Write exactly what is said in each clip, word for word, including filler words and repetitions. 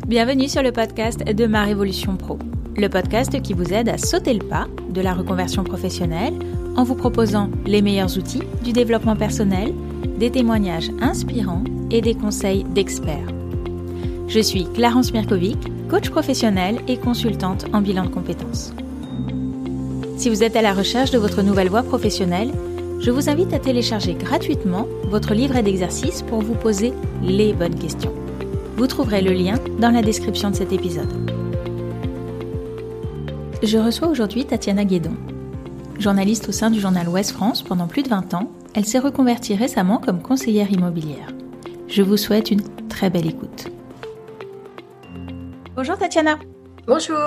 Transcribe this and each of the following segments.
Bienvenue sur le podcast de Ma Révolution Pro, le podcast qui vous aide à sauter le pas de la reconversion professionnelle en vous proposant les meilleurs outils du développement personnel, des témoignages inspirants et des conseils d'experts. Je suis Clarence Mirkovic, coach professionnelle et consultante en bilan de compétences. Si vous êtes à la recherche de votre nouvelle voie professionnelle, je vous invite à télécharger gratuitement votre livret d'exercices pour vous poser les bonnes questions. Vous trouverez le lien dans la description de cet épisode. Je reçois aujourd'hui Tatiana Guédon. Journaliste au sein du journal Ouest France pendant plus de vingt ans, elle s'est reconvertie récemment comme conseillère immobilière. Je vous souhaite une très belle écoute. Bonjour Tatiana. Bonjour.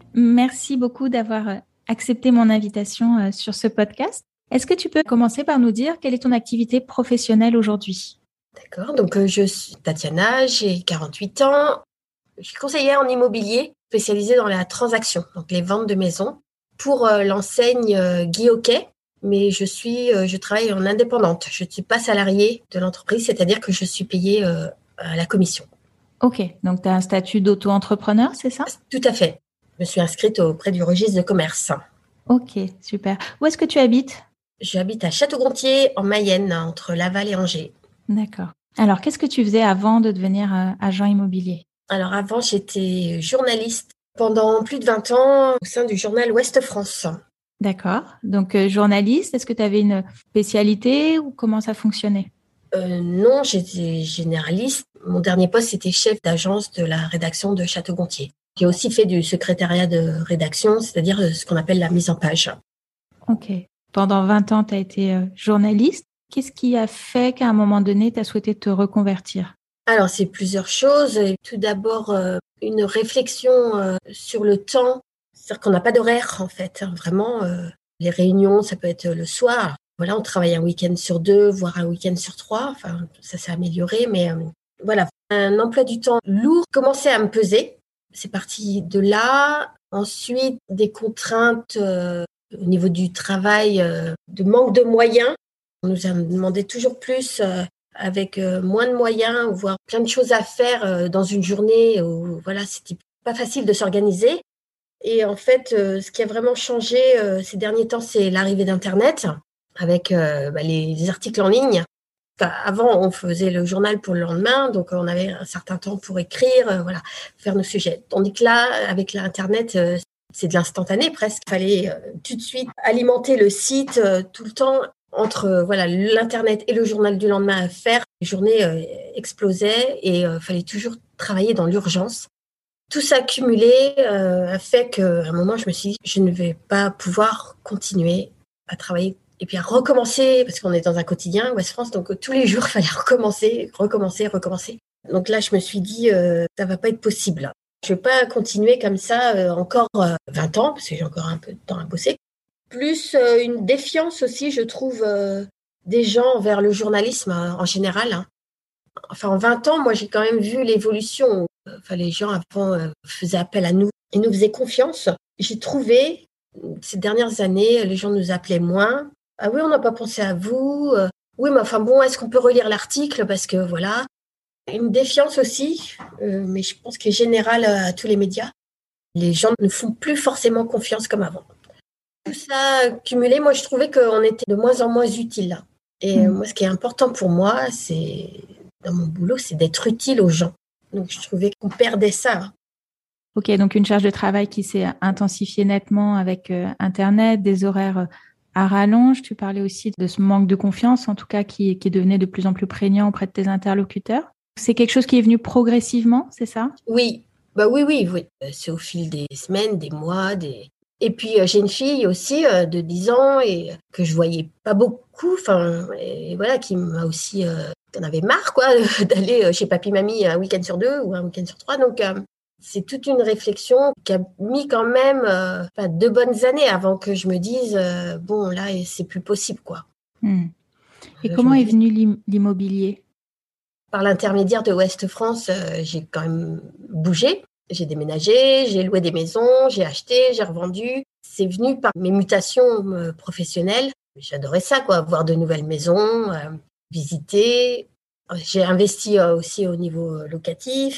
Merci beaucoup d'avoir accepté mon invitation sur ce podcast. Est-ce que tu peux commencer par nous dire quelle est ton activité professionnelle aujourd'hui ? D'accord, donc euh, je suis Tatiana, j'ai quarante-huit ans. Je suis conseillère en immobilier spécialisée dans la transaction, donc les ventes de maisons, pour euh, l'enseigne euh, Guy Hockey. Mais je suis, euh, je travaille en indépendante. Je ne suis pas salariée de l'entreprise, c'est-à-dire que je suis payée euh, à la commission. Ok, donc tu as un statut d'auto-entrepreneur, c'est ça ? Tout à fait. Je me suis inscrite auprès du registre de commerce. Ok, super. Où est-ce que tu habites ? J'habite à Château-Gontier, en Mayenne, entre Laval et Angers. D'accord. Alors, qu'est-ce que tu faisais avant de devenir euh, agent immobilier ? Alors avant, j'étais journaliste pendant plus de vingt ans au sein du journal Ouest France. D'accord. Donc, euh, journaliste, est-ce que tu avais une spécialité ou comment ça fonctionnait ? euh, Non, j'étais généraliste. Mon dernier poste, c'était chef d'agence de la rédaction de Château-Gontier. J'ai aussi fait du secrétariat de rédaction, c'est-à-dire ce qu'on appelle la mise en page. Ok. Pendant vingt ans, tu as été euh, journaliste. Qu'est-ce qui a fait qu'à un moment donné, tu as souhaité te reconvertir ? Alors, c'est plusieurs choses. Tout d'abord, euh, une réflexion euh, sur le temps. C'est-à-dire qu'on n'a pas d'horaire, en fait. Vraiment, euh, les réunions, ça peut être le soir. Voilà, on travaille un week-end sur deux, voire un week-end sur trois. Enfin, ça s'est amélioré, mais euh, voilà. Un emploi du temps lourd commençait à me peser. C'est parti de là. Ensuite, des contraintes euh, au niveau du travail, euh, de manque de moyens. On nous a demandé toujours plus euh, avec euh, moins de moyens, voire plein de choses à faire euh, dans une journée où voilà, c'était pas facile de s'organiser. Et en fait, euh, ce qui a vraiment changé euh, ces derniers temps, c'est l'arrivée d'Internet avec euh, bah, les, les articles en ligne. Enfin, avant, on faisait le journal pour le lendemain, donc on avait un certain temps pour écrire, euh, voilà, faire nos sujets. Tandis que là, avec l'Internet, euh, c'est de l'instantané presque. Il fallait euh, tout de suite alimenter le site euh, tout le temps. Entre euh, voilà l'Internet et le journal du lendemain à faire, les journées euh, explosaient et il euh, fallait toujours travailler dans l'urgence. Tout ça cumulé euh, a fait qu'à un moment, je me suis dit, je ne vais pas pouvoir continuer à travailler et puis à recommencer, parce qu'on est dans un quotidien, Ouest France, donc euh, tous les jours, il fallait recommencer, recommencer, recommencer. Donc là, je me suis dit, euh, ça va pas être possible. Je vais pas continuer comme ça euh, encore euh, vingt ans, parce que j'ai encore un peu de temps à bosser. Plus euh, une défiance aussi, je trouve, euh, des gens envers le journalisme euh, en général. Hein. Enfin, en vingt ans, moi, j'ai quand même vu l'évolution. Enfin, les gens avant euh, faisaient appel à nous et nous faisaient confiance. J'ai trouvé, ces dernières années, les gens nous appelaient moins. Ah oui, on n'a pas pensé à vous. Euh, oui, mais enfin bon, est-ce qu'on peut relire l'article ? Parce que voilà. Une défiance aussi, euh, mais je pense qu'elle est générale à tous les médias. Les gens ne font plus forcément confiance comme avant. Tout ça cumulé, moi, je trouvais qu'on était de moins en moins utile. Là. Et mmh. moi, ce qui est important pour moi, c'est, dans mon boulot, c'est d'être utile aux gens. Donc, je trouvais qu'on perdait ça. Ok, donc une charge de travail qui s'est intensifiée nettement avec euh, Internet, des horaires à rallonge. Tu parlais aussi de ce manque de confiance, en tout cas, qui, qui devenait de plus en plus prégnant auprès de tes interlocuteurs. C'est quelque chose qui est venu progressivement, c'est ça ? Oui, bah oui, oui, oui. C'est au fil des semaines, des mois, des... Et puis, euh, j'ai une fille aussi euh, de dix ans et euh, que je voyais pas beaucoup, enfin, et voilà, qui m'a aussi, euh, en avait marre, quoi, d'aller chez papy-mamie un week-end sur deux ou un week-end sur trois. Donc, euh, c'est toute une réflexion qui a mis quand même euh, enfin, deux bonnes années avant que je me dise, euh, bon, là, c'est plus possible, quoi. Mmh. Et euh, comment est dis... venu l'im- l'immobilier ? Par l'intermédiaire de Ouest France, euh, j'ai quand même bougé. J'ai déménagé, j'ai loué des maisons, j'ai acheté, j'ai revendu. C'est venu par mes mutations euh, professionnelles. J'adorais ça, quoi, voir de nouvelles maisons, euh, visiter. J'ai investi euh, aussi au niveau locatif.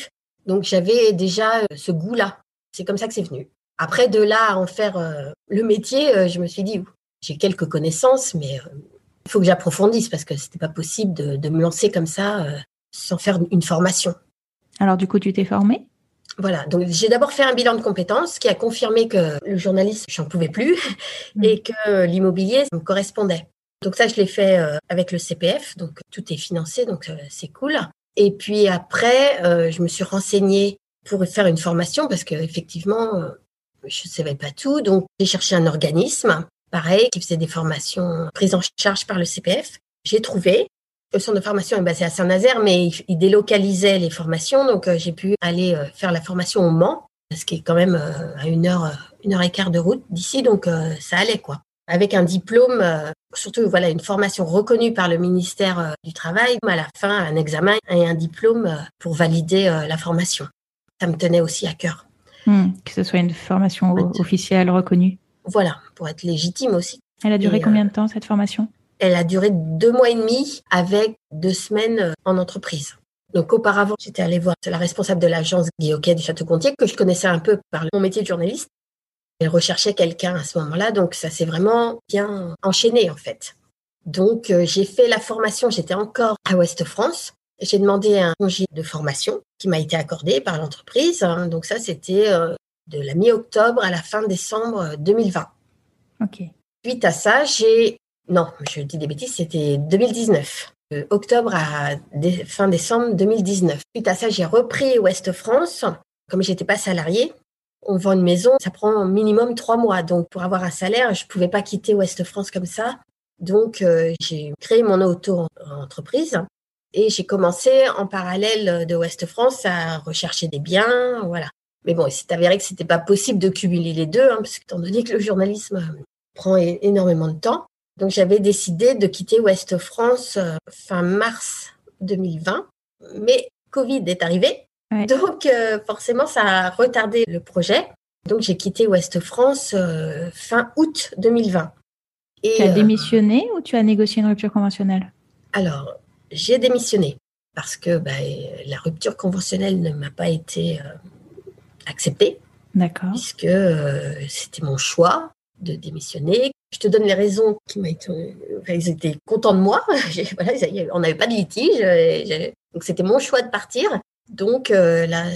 Donc, j'avais déjà ce goût-là. C'est comme ça que c'est venu. Après, de là à en faire euh, le métier, euh, je me suis dit, j'ai quelques connaissances, mais euh, il faut que j'approfondisse parce que c'était pas possible de, de me lancer comme ça euh, sans faire une formation. Alors, du coup, tu t'es formée ? Voilà. Donc, j'ai d'abord fait un bilan de compétences qui a confirmé que le journalisme, j'en pouvais plus mmh. et que l'immobilier, ça me correspondait. Donc, ça, je l'ai fait euh, avec le C P F. Donc, tout est financé. Donc, euh, c'est cool. Et puis après, euh, je me suis renseignée pour faire une formation parce qu'effectivement, euh, je ne savais pas tout. Donc, j'ai cherché un organisme, pareil, qui faisait des formations prises en charge par le C P F. J'ai trouvé. Le centre de formation est basé à Saint-Nazaire, mais il, il délocalisait les formations. Donc, euh, j'ai pu aller euh, faire la formation au Mans, ce qui est quand même euh, à une heure, euh, une heure et quart de route d'ici. Donc, euh, ça allait, quoi. Avec un diplôme, euh, surtout voilà, une formation reconnue par le ministère euh, du Travail. À la fin, un examen et un diplôme euh, pour valider euh, la formation. Ça me tenait aussi à cœur. Mmh, que ce soit une formation o- officielle, reconnue. Voilà, pour être légitime aussi. Elle a duré et, combien euh, de temps, cette formation ? Elle a duré deux mois et demi avec deux semaines en entreprise. Donc, auparavant, j'étais allée voir la responsable de l'agence Guy-Hockey du Château-Gontier, que je connaissais un peu par mon métier de journaliste. Elle recherchait quelqu'un à ce moment-là, donc ça s'est vraiment bien enchaîné, en fait. Donc, euh, j'ai fait la formation, j'étais encore à Ouest France. J'ai demandé un congé de formation qui m'a été accordé par l'entreprise. Donc, ça, c'était euh, de la mi-octobre à la fin décembre deux mille vingt. OK. Suite à ça, j'ai... Non, je dis des bêtises, c'était deux mille dix-neuf. De octobre à dé... fin décembre deux mille dix-neuf. Suite à ça, j'ai repris Ouest France. Comme j'étais pas salariée, on vend une maison, ça prend minimum trois mois. Donc, pour avoir un salaire, je pouvais pas quitter Ouest France comme ça. Donc, euh, j'ai créé mon auto-entreprise et j'ai commencé en parallèle de Ouest France à rechercher des biens, voilà. Mais bon, il s'est avéré que c'était pas possible de cumuler les deux, hein, parce que étant donné que le journalisme prend é- énormément de temps. Donc, j'avais décidé de quitter Ouest France euh, fin mars deux mille vingt, mais Covid est arrivé. Ouais. Donc, euh, forcément, ça a retardé le projet. Donc, j'ai quitté Ouest France euh, fin août deux mille vingt. Et, tu as démissionné euh, ou tu as négocié une rupture conventionnelle ? Alors, j'ai démissionné parce que bah, la rupture conventionnelle ne m'a pas été euh, acceptée. D'accord. Puisque euh, c'était mon choix de démissionner. Je te donne les raisons qui m'ont été... Enfin, ils étaient contents de moi. Voilà, on n'avait pas de litige. Donc, c'était mon choix de partir. Donc, euh, la,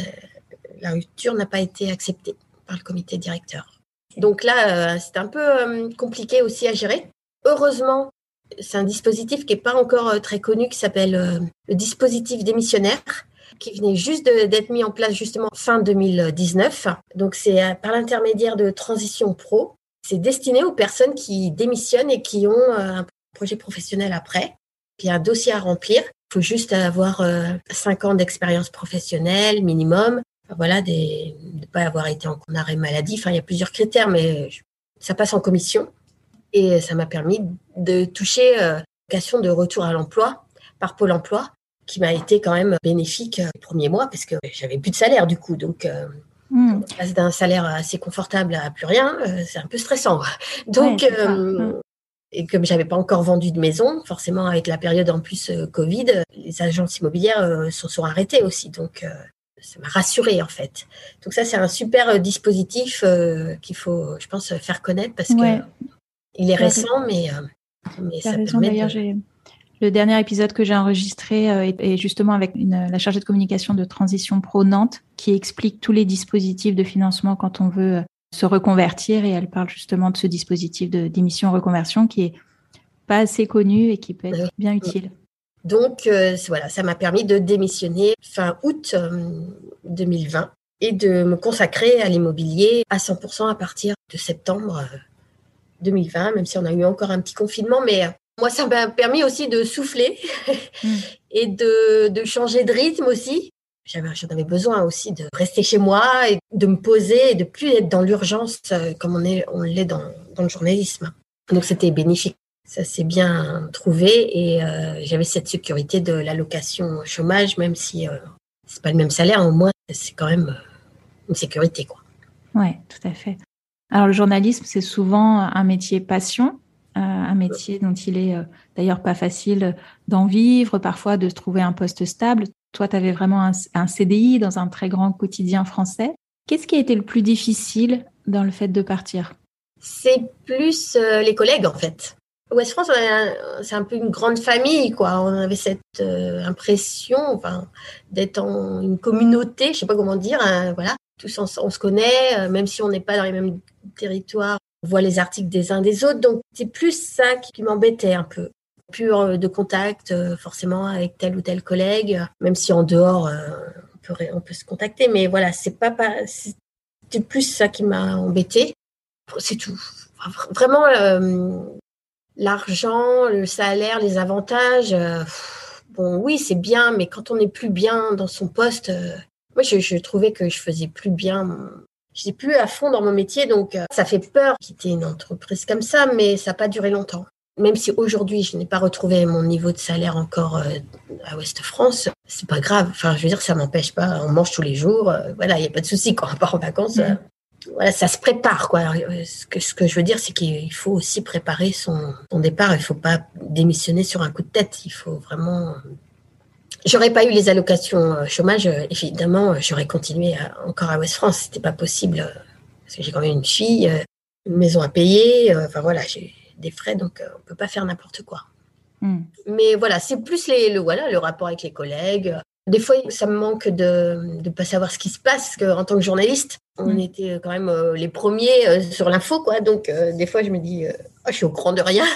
la rupture n'a pas été acceptée par le comité directeur. Donc là, euh, c'était un peu euh, compliqué aussi à gérer. Heureusement, c'est un dispositif qui n'est pas encore euh, très connu, qui s'appelle euh, le dispositif démissionnaire, qui venait juste de, d'être mis en place justement fin deux mille dix-neuf. Donc, c'est euh, par l'intermédiaire de Transition Pro. C'est destiné aux personnes qui démissionnent et qui ont euh, un projet professionnel après. Il y a un dossier à remplir. Il faut juste avoir euh, cinq ans d'expérience professionnelle minimum. Voilà, des, de ne pas avoir été en arrêt maladie. Enfin, il y a plusieurs critères, mais ça passe en commission. Et ça m'a permis de toucher euh, l'allocation de retour à l'emploi par Pôle emploi, qui m'a été quand même bénéfique euh, les premiers mois, parce que j'avais plus de salaire du coup. Donc, euh, mmh. on passe d'un salaire assez confortable à plus rien, euh, c'est un peu stressant. Donc, ouais, euh, et comme j'avais pas encore vendu de maison, forcément avec la période en plus euh, Covid, les agences immobilières euh, se sont arrêtées aussi. Donc, euh, ça m'a rassurée en fait. Donc ça, c'est un super euh, dispositif euh, qu'il faut, je pense, faire connaître parce ouais. que il est récent, mais, euh, mais ça raison, permet d'ailleurs, de... j'ai... Le dernier épisode que j'ai enregistré euh, est, est justement avec une, la chargée de communication de Transition Pro Nantes qui explique tous les dispositifs de financement quand on veut euh, se reconvertir, et elle parle justement de ce dispositif de démission reconversion qui est pas assez connu et qui peut être oui. bien utile. Donc euh, voilà, ça m'a permis de démissionner fin août euh, deux mille vingt et de me consacrer à l'immobilier à cent pour cent à partir de septembre euh, deux mille vingt, même si on a eu encore un petit confinement, mais euh, moi, ça m'a permis aussi de souffler mmh. et de, de changer de rythme aussi. J'avais, j'en avais besoin aussi de rester chez moi et de me poser et de plus être dans l'urgence euh, comme on, est, on l'est dans, dans le journalisme. Donc, c'était bénéfique. Ça s'est bien trouvé et euh, j'avais cette sécurité de l'allocation chômage, même si euh, c'est pas le même salaire, au moins, c'est quand même euh, une sécurité, quoi. Oui, tout à fait. Alors, le journalisme, c'est souvent un métier passion. Euh, un métier dont il est euh, d'ailleurs pas facile d'en vivre, parfois de trouver un poste stable. Toi, tu avais vraiment un, un C D I dans un très grand quotidien français. Qu'est-ce qui a été le plus difficile dans le fait de partir ? C'est plus euh, les collègues, en fait. Ouest France, c'est un peu une grande famille, quoi. On avait cette euh, impression, enfin, d'être en une communauté, je ne sais pas comment dire, hein, voilà. Tous on, on se connaît, euh, même si on n'est pas dans les mêmes territoires, on voit les articles des uns des autres. Donc, c'est plus ça qui, qui m'embêtait un peu. Plus euh, de contact, euh, forcément, avec tel ou tel collègue, même si en dehors, euh, on, peut, on peut se contacter. Mais voilà, c'est pas, pas, c'était plus ça qui m'a embêtée. C'est tout. Vraiment, euh, l'argent, le salaire, les avantages, euh, bon, oui, c'est bien, mais quand on n'est plus bien dans son poste, euh, moi, je, je trouvais que je faisais plus bien. Je n'étais plus à fond dans mon métier, donc euh, ça fait peur quitter une entreprise comme ça, mais ça n'a pas duré longtemps. Même si aujourd'hui, je n'ai pas retrouvé mon niveau de salaire encore euh, à Ouest France, c'est pas grave. Enfin, je veux dire, ça m'empêche pas. On mange tous les jours, euh, voilà, il n'y a pas de souci quand on part en vacances. Euh, Voilà, ça se prépare, quoi. Ce que, ce que je veux dire, c'est qu'il faut aussi préparer son, son départ. Il ne faut pas démissionner sur un coup de tête. Il faut vraiment... J'aurais pas eu les allocations chômage, évidemment, j'aurais continué à, encore à Ouest France. C'était pas possible, parce que j'ai quand même une fille, une maison à payer. Enfin, voilà, j'ai des frais, donc on peut pas faire n'importe quoi. Mm. Mais voilà, c'est plus les, le, voilà, le rapport avec les collègues. Des fois, ça me manque de ne pas savoir ce qui se passe, parce qu'en tant que journaliste, on mmh. était quand même euh, les premiers euh, sur l'info, quoi. Donc, euh, des fois, je me dis, euh, oh, je suis au courant de rien.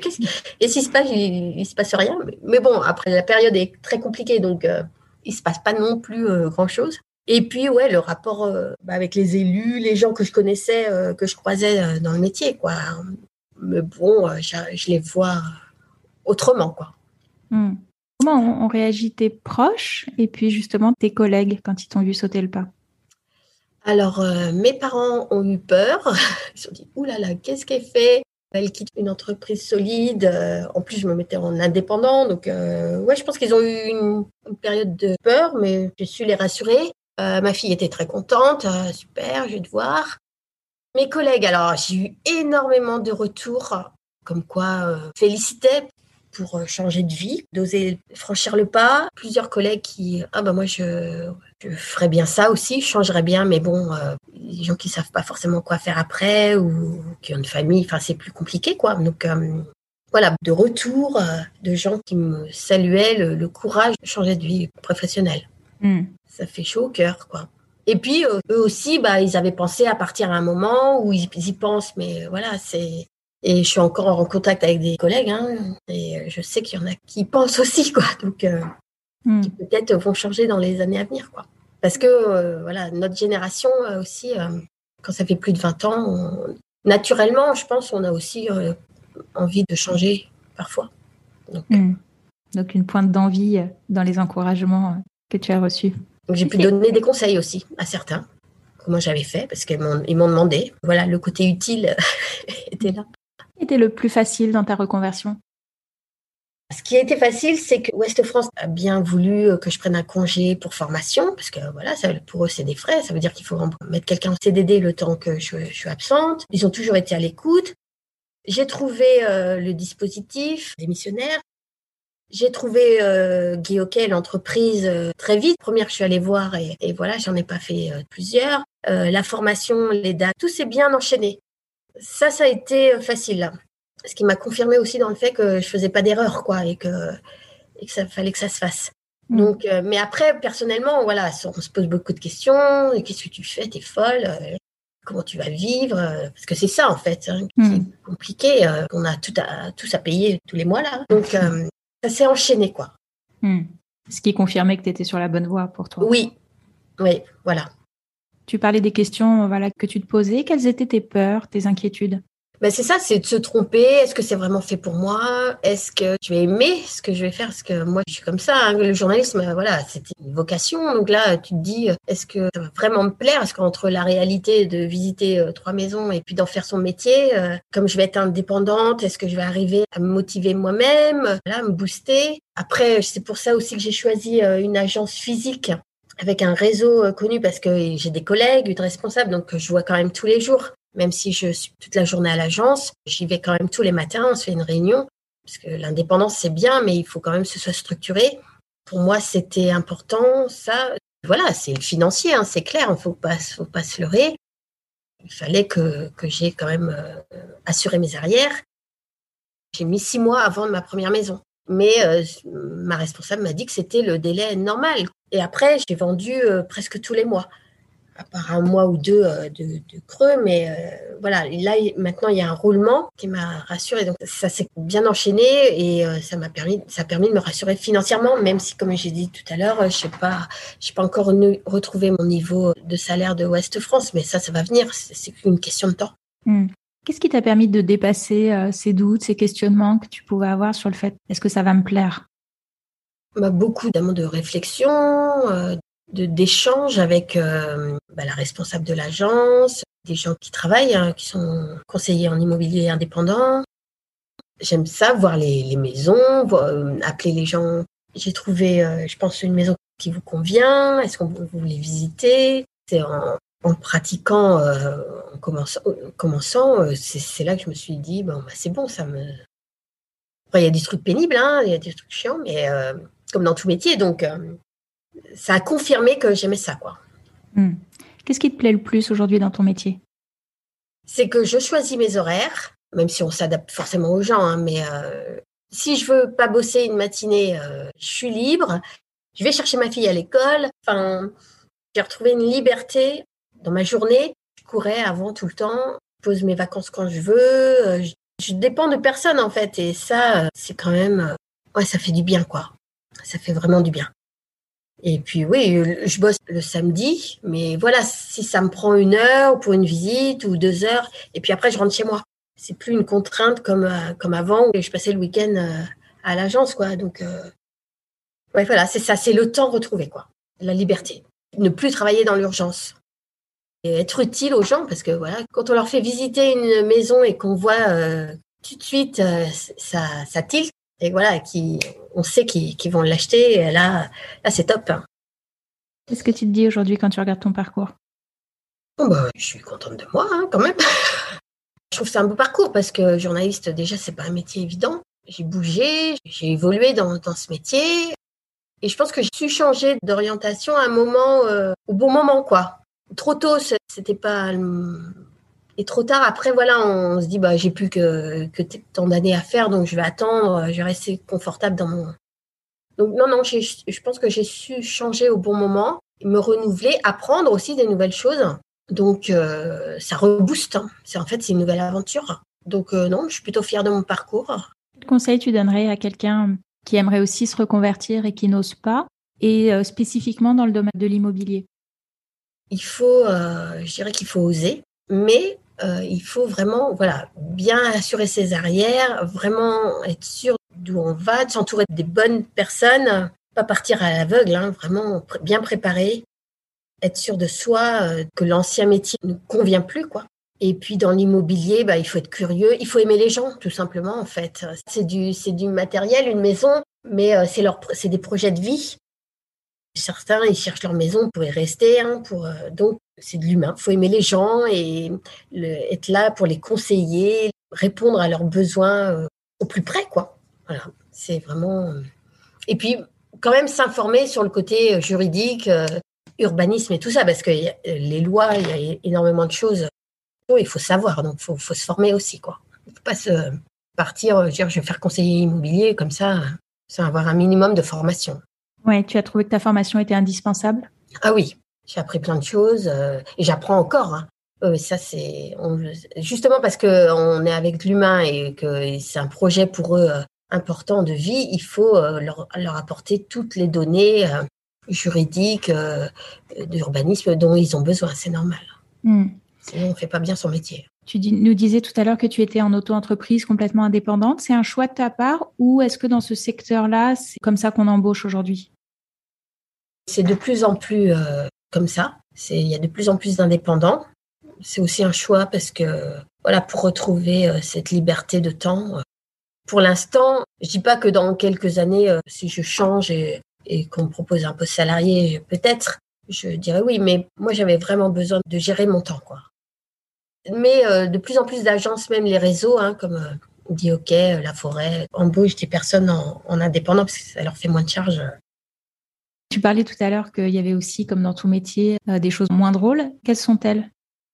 Et s'il se passe, il ne se passe rien. Mais, mais bon, après, la période est très compliquée, donc euh, il ne se passe pas non plus euh, grand-chose. Et puis, ouais, le rapport euh, bah, avec les élus, les gens que je connaissais, euh, que je croisais euh, dans le métier, quoi. Mais bon, euh, je, je les vois autrement, quoi. Mmh. Comment ont réagi tes proches et puis justement tes collègues quand ils t'ont vu sauter le pas ? Alors, euh, mes parents ont eu peur. Ils se sont dit, oulala, qu'est-ce qu'elle fait ? Elle quitte une entreprise solide. Euh, en plus, je me mettais en indépendant. Donc, euh, ouais, je pense qu'ils ont eu une, une période de peur, mais j'ai su les rassurer. Euh, ma fille était très contente. Euh, super, je vais te voir. Mes collègues, alors, j'ai eu énormément de retours, comme quoi euh, félicitaient pour changer de vie, d'oser franchir le pas. Plusieurs collègues qui, ah ben moi je, je ferais bien ça aussi, je changerais bien, mais bon, euh, les gens qui savent pas forcément quoi faire après ou qui ont une famille, enfin c'est plus compliqué quoi. Donc euh, voilà, de retour euh, de gens qui me saluaient le, le courage de changer de vie professionnelle. Mm. Ça fait chaud au cœur quoi. Et puis euh, eux aussi, bah ils avaient pensé à partir à un moment où ils, ils y pensent, mais voilà c'est. Et je suis encore en contact avec des collègues, hein, et je sais qu'il y en a qui pensent aussi, quoi. Donc, euh, mm. qui peut-être vont changer dans les années à venir, quoi. Parce que, euh, voilà, notre génération euh, aussi, euh, quand ça fait plus de vingt ans, on, naturellement, je pense, on a aussi euh, envie de changer parfois. Donc, mm. Donc, une pointe d'envie dans les encouragements que tu as reçus. Donc, j'ai pu donner des conseils aussi à certains, comment j'avais fait, parce qu'ils m'ont, ils m'ont demandé. Voilà, le côté utile était là. Était le plus facile dans ta reconversion ? Ce qui a été facile, c'est que Ouest France a bien voulu que je prenne un congé pour formation, parce que voilà, ça, pour eux, c'est des frais. Ça veut dire qu'il faut mettre quelqu'un en C D D le temps que je, je suis absente. Ils ont toujours été à l'écoute. J'ai trouvé euh, le dispositif démissionnaire. J'ai trouvé euh, Guy Hockey, l'entreprise, euh, très vite. Première, je suis allée voir et, et voilà, j'en ai pas fait euh, plusieurs. Euh, la formation, les dates, tout s'est bien enchaîné. Ça, ça a été facile, là. Ce qui m'a confirmé aussi dans le fait que je faisais pas d'erreur, quoi, et que, et que ça fallait que ça se fasse. Mmh. Donc, euh, mais après, personnellement, voilà, on se pose beaucoup de questions. Qu'est-ce que tu fais ? T'es folle ? euh, Comment tu vas vivre ? Parce que c'est ça, en fait, hein, qui mmh. est compliqué. Euh, on a tout à, tous à payer tous les mois, là. Donc, euh, ça s'est enchaîné, quoi. Mmh. Ce qui confirmait que tu étais sur la bonne voie pour toi. Oui, oui, voilà. Tu parlais des questions voilà, que tu te posais. Quelles étaient tes peurs, tes inquiétudes ? Ben c'est ça, c'est de se tromper. Est-ce que c'est vraiment fait pour moi ? Est-ce que je vais aimer ce que je vais faire ? Parce que moi, je suis comme ça. Hein. Le journalisme, voilà, c'était une vocation. Donc là, tu te dis, est-ce que ça va vraiment me plaire ? Est-ce qu'entre la réalité de visiter euh, trois maisons et puis d'en faire son métier, euh, comme je vais être indépendante, est-ce que je vais arriver à me motiver moi-même, voilà, à me booster ? Après, c'est pour ça aussi que j'ai choisi euh, une agence physique avec un réseau euh, connu parce que j'ai des collègues, une responsable, donc je vois quand même tous les jours. Même si je suis toute la journée à l'agence, j'y vais quand même tous les matins, on se fait une réunion, parce que l'indépendance, c'est bien, mais il faut quand même que ce soit structuré. Pour moi, c'était important, ça. Voilà, c'est le financier, hein, c'est clair, il ne faut pas, faut pas se leurrer. Il fallait que, que j'ai quand même euh, assuré mes arrières. J'ai mis six mois à vendre ma première maison. Mais euh, ma responsable m'a dit que c'était le délai normal. Et après, j'ai vendu euh, presque tous les mois, à part un mois ou deux euh, de, de creux. Mais euh, voilà, là, maintenant, il y a un roulement qui m'a rassurée. Donc, ça s'est bien enchaîné et euh, ça m'a permis, ça a permis de me rassurer financièrement, même si, comme j'ai dit tout à l'heure, je ne sais pas, je n'ai pas encore ne, retrouvé mon niveau de salaire de Ouest France. Mais ça, ça va venir. C'est, c'est qu'une question de temps. Mmh. Qu'est-ce qui t'a permis de dépasser euh, ces doutes, ces questionnements que tu pouvais avoir sur le fait « est-ce que ça va me plaire ?» Bah, beaucoup évidemment de réflexion, euh, de, d'échanges avec euh, bah, la responsable de l'agence, des gens qui travaillent, hein, qui sont conseillers en immobilier indépendant. J'aime ça, voir les, les maisons, voir, euh, appeler les gens. J'ai trouvé, euh, je pense, une maison qui vous convient. Est-ce qu'on vous voulez visiter? C'est en, en pratiquant, euh, en commençant, en commençant euh, c'est, c'est là que je me suis dit, bon, bah, c'est bon, ça me... Après, il y a des trucs pénibles, hein, il y a des trucs chiants, mais euh, comme dans tout métier, donc euh, ça a confirmé que j'aimais ça, quoi. Mmh. Qu'est-ce qui te plaît le plus aujourd'hui dans ton métier? C'est que je choisis mes horaires, même si on s'adapte forcément aux gens, hein, mais euh, si je veux pas bosser une matinée, euh, je suis libre. Je vais chercher ma fille à l'école. Enfin, j'ai retrouvé une liberté dans ma journée. Je courais avant tout le temps, je pose mes vacances quand je veux. Euh, je, je dépends de personne, en fait. Et ça, euh, c'est quand même... Euh, ouais, ça fait du bien, quoi. Ça fait vraiment du bien. Et puis oui, je bosse le samedi, mais voilà, si ça me prend une heure pour une visite ou deux heures, et puis après je rentre chez moi. C'est plus une contrainte comme euh, comme avant où je passais le week-end euh, à l'agence, quoi. Donc euh, ouais, voilà, c'est ça, c'est le temps retrouvé, quoi, la liberté, ne plus travailler dans l'urgence et être utile aux gens, parce que voilà, quand on leur fait visiter une maison et qu'on voit euh, tout de suite euh, ça ça tilte. Et voilà, qui, on sait qu'ils, qu'ils vont l'acheter. Et là, là, c'est top. Qu'est-ce que tu te dis aujourd'hui quand tu regardes ton parcours? Bon, bah, je suis contente de moi, hein, quand même. Je trouve que c'est un beau parcours parce que journaliste, déjà, c'est pas un métier évident. J'ai bougé, j'ai évolué dans, dans ce métier. Et je pense que j'ai su changer d'orientation à un moment, euh, au bon moment, quoi. Trop tôt, c'était pas... Et trop tard, après, voilà, on se dit, bah, j'ai plus que, que tant d'années à faire, donc je vais attendre, je vais rester confortable dans mon... Donc, non, non, j'ai, je pense que j'ai su changer au bon moment, me renouveler, apprendre aussi des nouvelles choses. Donc, euh, ça rebooste. Hein. C'est, en fait, c'est une nouvelle aventure. Donc, euh, non, je suis plutôt fière de mon parcours. Quel conseil tu donnerais à quelqu'un qui aimerait aussi se reconvertir et qui n'ose pas, et euh, spécifiquement dans le domaine de l'immobilier? Il faut, euh, je dirais qu'il faut oser, mais euh, il faut vraiment, voilà, bien assurer ses arrières, vraiment être sûr d'où on va, de s'entourer des bonnes personnes, pas partir à l'aveugle, hein, vraiment bien préparé, être sûr de soi, euh, que l'ancien métier ne convient plus, quoi. Et puis dans l'immobilier, bah, il faut être curieux, il faut aimer les gens, tout simplement, en fait. C'est du, c'est du matériel, une maison, mais euh, c'est, leur, c'est des projets de vie. Certains, ils cherchent leur maison pour y rester, hein, pour, euh, donc c'est de l'humain. Il faut aimer les gens et le, être là pour les conseiller, répondre à leurs besoins euh, au plus près, quoi. Voilà, c'est vraiment... Et puis, quand même s'informer sur le côté juridique, euh, urbanisme et tout ça, parce que les lois, il y a énormément de choses. Il faut savoir, donc il faut, faut se former aussi, quoi. Il ne faut pas se partir, dire, je vais faire conseiller immobilier comme ça, sans avoir un minimum de formation. Ouais, tu as trouvé que ta formation était indispensable? Ah oui, j'ai appris plein de choses euh, et j'apprends encore. Hein. Euh, ça, c'est on, justement parce qu'on est avec l'humain et que c'est un projet pour eux euh, important de vie, il faut euh, leur, leur apporter toutes les données euh, juridiques, euh, d'urbanisme dont ils ont besoin. C'est normal. Mmh. Sinon, on ne fait pas bien son métier. Tu dis, nous disais tout à l'heure que tu étais en auto-entreprise complètement indépendante. C'est un choix de ta part ou est-ce que dans ce secteur-là, c'est comme ça qu'on embauche aujourd'hui? C'est de plus en plus euh, comme ça. C'est, il y a de plus en plus d'indépendants. C'est aussi un choix parce que, voilà, pour retrouver euh, cette liberté de temps. Euh, pour l'instant, je dis pas que dans quelques années, euh, si je change et, et qu'on me propose un poste salarié, peut-être, je dirais oui. Mais moi, j'avais vraiment besoin de gérer mon temps, quoi. Mais euh, de plus en plus d'agences, même les réseaux, hein, comme euh, dit OK, euh, La Forêt, embauchent des personnes en, en indépendant parce que ça leur fait moins de charges. Tu parlais tout à l'heure qu'il y avait aussi, comme dans tout métier, euh, des choses moins drôles. Quelles sont-elles ?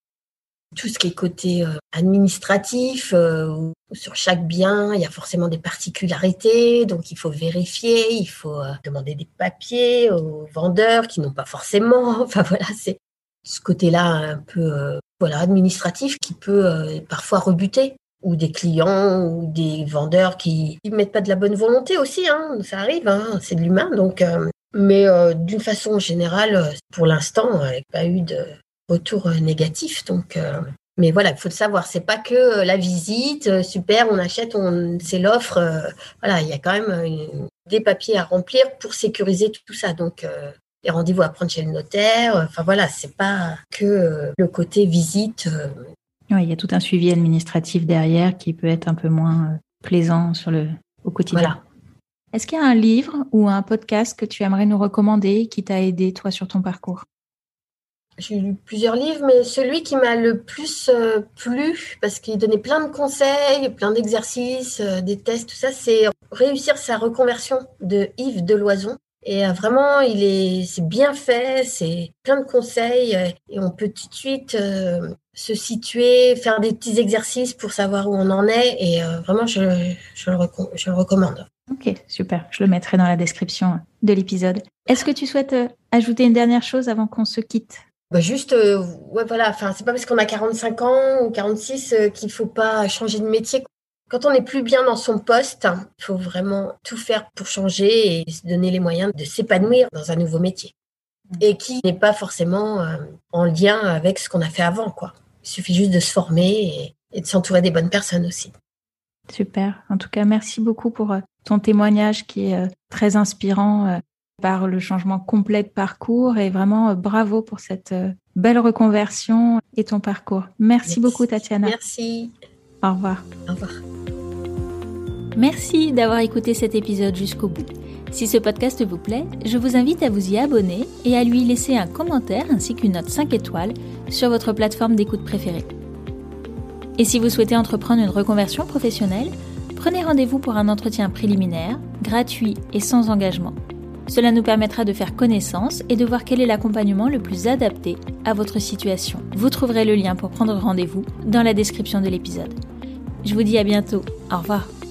Tout ce qui est côté euh, administratif, euh, où sur chaque bien, il y a forcément des particularités, donc il faut vérifier, il faut euh, demander des papiers aux vendeurs qui n'ont pas forcément. Enfin voilà, c'est ce côté-là un peu euh, voilà administratif qui peut euh, parfois rebuter, ou des clients ou des vendeurs qui ne mettent pas de la bonne volonté aussi, hein, ça arrive, hein, c'est de l'humain. Donc, euh, mais euh, d'une façon générale, pour l'instant, il n'y a pas eu de retour négatif. Donc, euh, mais voilà, il faut le savoir, c'est pas que la visite, super, on achète, on, c'est l'offre. Euh, voilà, il y a quand même une, des papiers à remplir pour sécuriser tout, tout ça. Donc, euh, les rendez-vous à prendre chez le notaire. Enfin voilà, c'est pas que euh, le côté visite. Euh, Oui, il y a tout un suivi administratif derrière qui peut être un peu moins euh, plaisant sur le, au quotidien. Voilà. Est-ce qu'il y a un livre ou un podcast que tu aimerais nous recommander qui t'a aidé, toi, sur ton parcours ? J'ai lu plusieurs livres, mais celui qui m'a le plus euh, plu, parce qu'il donnait plein de conseils, plein d'exercices, euh, des tests, tout ça, c'est Réussir sa reconversion de Yves Deloison. Et euh, vraiment, il est, c'est bien fait, c'est plein de conseils, euh, et on peut tout de suite euh, se situer, faire des petits exercices pour savoir où on en est. Et euh, vraiment, je, je, le recom- je le recommande. Ok, super. Je le mettrai dans la description de l'épisode. Est-ce que tu souhaites euh, ajouter une dernière chose avant qu'on se quitte ? Bah juste, euh, ouais, voilà, enfin, c'est pas parce qu'on a quarante-cinq ans ou quarante-six euh, qu'il faut pas changer de métier. Quand on n'est plus bien dans son poste, il faut vraiment tout faire pour changer et se donner les moyens de s'épanouir dans un nouveau métier. Et qui n'est pas forcément euh, en lien avec ce qu'on a fait avant, quoi. Il suffit juste de se former et, et de s'entourer des bonnes personnes aussi. Super. En tout cas, merci beaucoup pour euh, ton témoignage qui est euh, très inspirant euh, par le changement complet de parcours et vraiment euh, bravo pour cette euh, belle reconversion et ton parcours. Merci, merci beaucoup, Tatiana. Merci. Au revoir. Au revoir. Merci d'avoir écouté cet épisode jusqu'au bout. Si ce podcast vous plaît, je vous invite à vous y abonner et à lui laisser un commentaire ainsi qu'une note cinq étoiles sur votre plateforme d'écoute préférée. Et si vous souhaitez entreprendre une reconversion professionnelle, prenez rendez-vous pour un entretien préliminaire, gratuit et sans engagement. Cela nous permettra de faire connaissance et de voir quel est l'accompagnement le plus adapté à votre situation. Vous trouverez le lien pour prendre rendez-vous dans la description de l'épisode. Je vous dis à bientôt. Au revoir.